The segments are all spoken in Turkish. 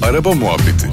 Araba Muhabbeti.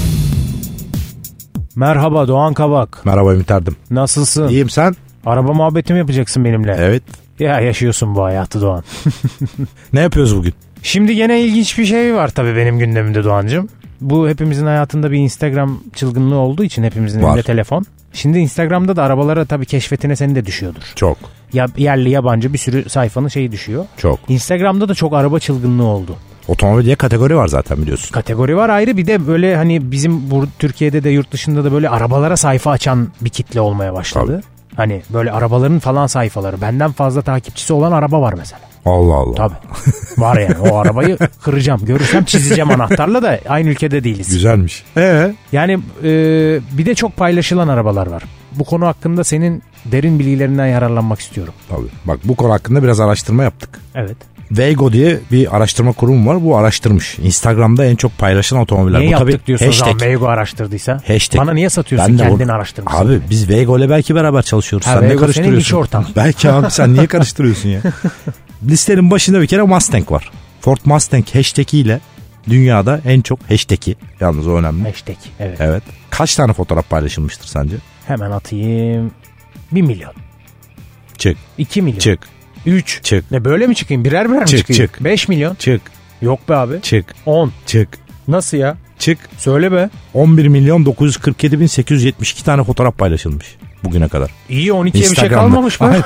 Merhaba Doğan Kabak. Merhaba Ümit Erdem. Nasılsın? İyiyim, sen? Araba muhabbeti mi yapacaksın benimle? Evet. Ya yaşıyorsun bu hayatı Doğan. Ne yapıyoruz bugün? Şimdi gene ilginç bir şey var tabii benim gündemimde Doğancığım. Bu hepimizin hayatında bir Instagram çılgınlığı olduğu için hepimizin elinde telefon. Şimdi Instagram'da da arabalara tabii keşfetine senin de düşüyordur. Çok. Ya yerli yabancı bir sürü sayfanın şeyi düşüyor. Çok. Instagram'da da çok araba çılgınlığı oldu. Otomobil diye kategori var zaten, biliyorsun. Kategori var ayrı, bir de böyle hani bizim bu Türkiye'de de yurt dışında da böyle arabalara sayfa açan bir kitle olmaya başladı. Tabii. Hani böyle arabaların falan sayfaları. Benden fazla takipçisi olan araba var mesela. Allah Allah. Tabii. Var yani, o arabayı kıracağım. Görürsem çizeceğim anahtarla, da aynı ülkede değiliz. Güzelmiş. Yani bir de çok paylaşılan arabalar var. Bu konu hakkında senin derin bilgilerinden yararlanmak istiyorum. Tabii. Bak, bu konu hakkında biraz araştırma yaptık. Evet. Waygo diye bir araştırma kurumu var. Bu araştırmış. Instagram'da en çok paylaşılan otomobiller. Niye bu yaptık tabii diyorsun o zaman, hashtag. Waygo araştırdıysa? Hashtag. Bana niye satıyorsun, kendin araştırmışsın? Abi biz Waygo ile belki beraber çalışıyoruz. Ha, sen Waygo ne karıştırıyorsun? senin iç ortam. Belki abi, sen niye karıştırıyorsun ya? Listenin başında bir kere Mustang var. Ford Mustang hashtag ile dünyada en çok hashtag'i. Yalnız o önemli. Hashtag, evet. Evet. Kaç tane fotoğraf paylaşılmıştır sence? Hemen atayım. 1 milyon. Çık. 2 milyon. Çık. 3. Çık. Ne, böyle mi çıkayım? Birer mi Çık, çıkayım? çık. 5 milyon. Çık. Yok be abi. Çık. 10. Çık. Nasıl ya? Çık. Söyle be. 11 milyon 947 bin 872 tane fotoğraf paylaşılmış bugüne kadar. İyi, 12'ye bir şey Instagram'da. kalmamış mı?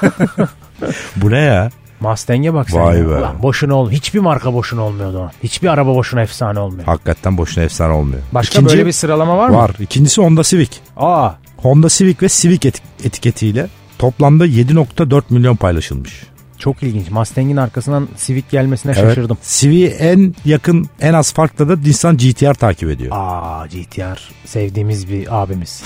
Bu ne ya? Mustang'e bak sen. Vay ya. be. Ulan boşuna hiçbir marka boşuna olmuyor Doğan. Hiçbir araba boşuna efsane olmuyor. Hakikaten boşuna efsane olmuyor. Başka böyle bir sıralama var mı? Var. İkincisi Honda Civic. Aa. Honda Civic ve Civic etiketiyle toplamda 7.4 milyon paylaşılmış. Çok ilginç. Mustang'in arkasından Civic gelmesine şaşırdım. Civic'e en yakın, en az farkla da Nissan GT-R takip ediyor. Aa, GT-R sevdiğimiz bir abimiz.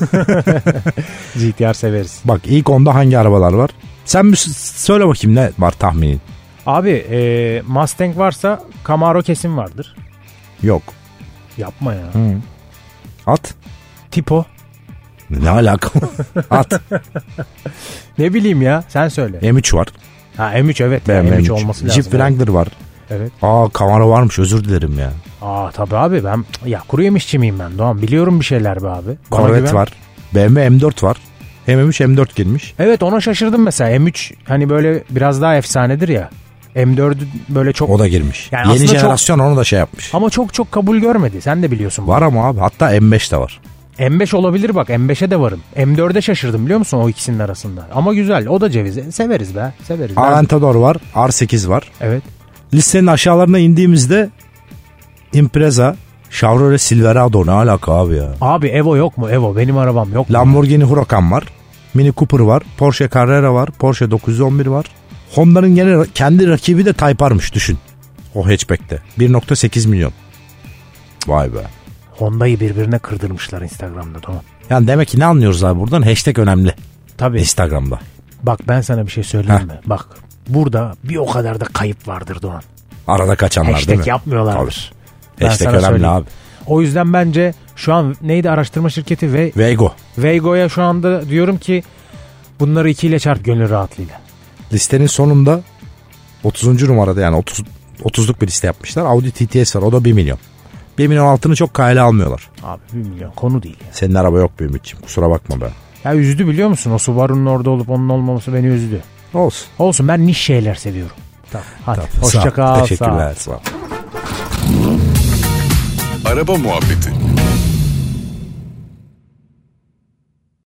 GT-R severiz. Bak, ilk onda hangi arabalar var? Sen bir söyle bakayım, ne var tahminin? Abi Mustang varsa Camaro kesin vardır. Yok. Yapma ya. Hı. At. Tipo. Ne alaka? At. Ne bileyim ya, sen söyle. M3 var. Ha, M3, evet. Ya, M3 olması lazım. Jeep Wrangler var. Evet. Aa, Camaro varmış, özür dilerim ya. Aa, tabii abi, ben ya kuru yemişçi miyim ben Doğan? Biliyorum bir şeyler be abi. Bana Corvette güven. var. BMW M4 var. Hem M3 M4 girmiş. Evet, ona şaşırdım mesela. M3 hani böyle biraz daha efsanedir ya. M4'ü böyle çok... O da girmiş. Yani Yeni aslında jenerasyon onu da şey yapmış. Ama çok kabul görmedi. Sen de biliyorsun. Var ama abi, hatta M5 de var. M5 olabilir bak. M5'e de varım. M4'e şaşırdım biliyor musun, o ikisinin arasında. Ama güzel. O da ceviz. Severiz be. Severiz. Aventador var. R8 var. Evet. Listenin aşağılarına indiğimizde Impreza, Chevrolet Silverado, ne alaka abi ya? Abi Evo yok mu? Evo benim arabam yok mu? Lamborghini Huracan var. Mini Cooper var. Porsche Carrera var. Porsche 911 var. Honda'nın gene kendi rakibi de Type R'mış, düşün. O hatchback'te. 1.8 milyon. Vay be. Honda'yı birbirine kırdırmışlar Instagram'da Doğan. Yani demek ki ne anlıyoruz abi buradan? Hashtag önemli. Tabii. Instagram'da. Bak, ben sana bir şey söyleyeyim mi? Bak, burada bir o kadar da kayıp vardır Doğan. Arada kaçanlar Hashtag değil mi? yapmıyorlardır. Hashtag önemli abi. O yüzden bence şu an neydi araştırma şirketi ve Waygo. Waygo'ya şu anda diyorum ki bunları 2 ile çarp gönül rahatlığıyla. Listenin sonunda 30. numarada, yani 30'luk bir liste yapmışlar. Audi TTS var, o da 1 milyon. 1 milyon altını çok kayla almıyorlar. Abi 1 milyon konu değil ya. Senin araba yok be Ümit'ciğim, kusura bakma be. Ya üzdü biliyor musun? O Subaru'nun orada olup onun olmaması beni üzdü. Olsun. Olsun, ben niş şeyler seviyorum. Tamam. Hadi. Tamam. Hoşça kal. Teşekkürler. Sağ ol. Araba Muhabbeti.